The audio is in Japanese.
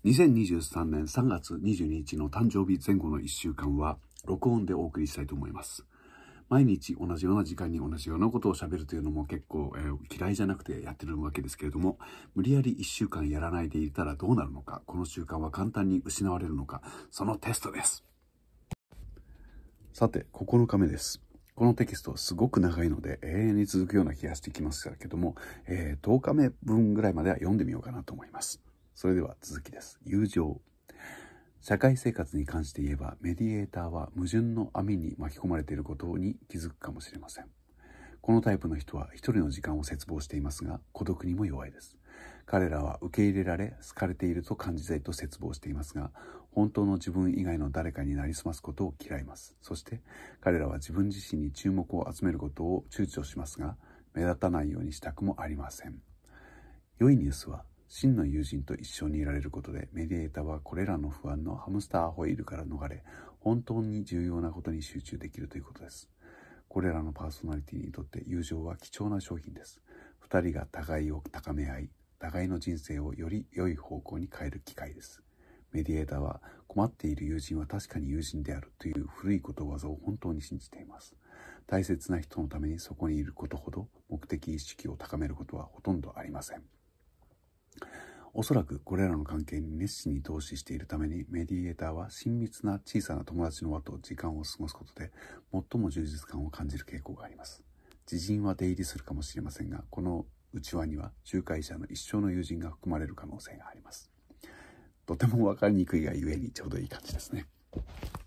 2023年3月22日の誕生日前後の1週間は録音でお送りしたいと思います。毎日同じような時間に同じようなことを喋るというのも結構、嫌いじゃなくてやってるわけですけれども、無理やり1週間やらないでいたらどうなるのか、この習慣は簡単に失われるのか、そのテストです。さて、9日目です。このテキストすごく長いので永遠に続くような気がしてきますけども、10日目分ぐらいまでは読んでみようかなと思います。それでは続きです。友情。社会生活に関して言えば、メディエーターは矛盾の網に巻き込まれていることに気づくかもしれません。このタイプの人は一人の時間を切望していますが、孤独にも弱いです。彼らは受け入れられ、好かれていると感じたいと切望していますが、本当の自分以外の誰かになりすますことを嫌います。そして、彼らは自分自身に注目を集めることを躊躇しますが、目立たないようにしたくもありません。良いニュースは、真の友人と一緒にいられることで、メディエーターはこれらの不安のハムスターホイールから逃れ、本当に重要なことに集中できるということです。これらのパーソナリティにとって友情は貴重な商品です。二人が互いを高め合い、互いの人生をより良い方向に変える機会です。メディエーターは、困っている友人は確かに友人であるという古いことわざを本当に信じています。大切な人のためにそこにいることほど目的意識を高めることはほとんどありません。おそらくこれらの関係に熱心に投資しているために、メディエーターは親密な小さな友達の輪と時間を過ごすことで最も充実感を感じる傾向があります。自陣は出入りするかもしれませんが、この内輪には仲介者の一生の友人が含まれる可能性があります。とても分かりにくいがゆえにちょうどいい感じですね。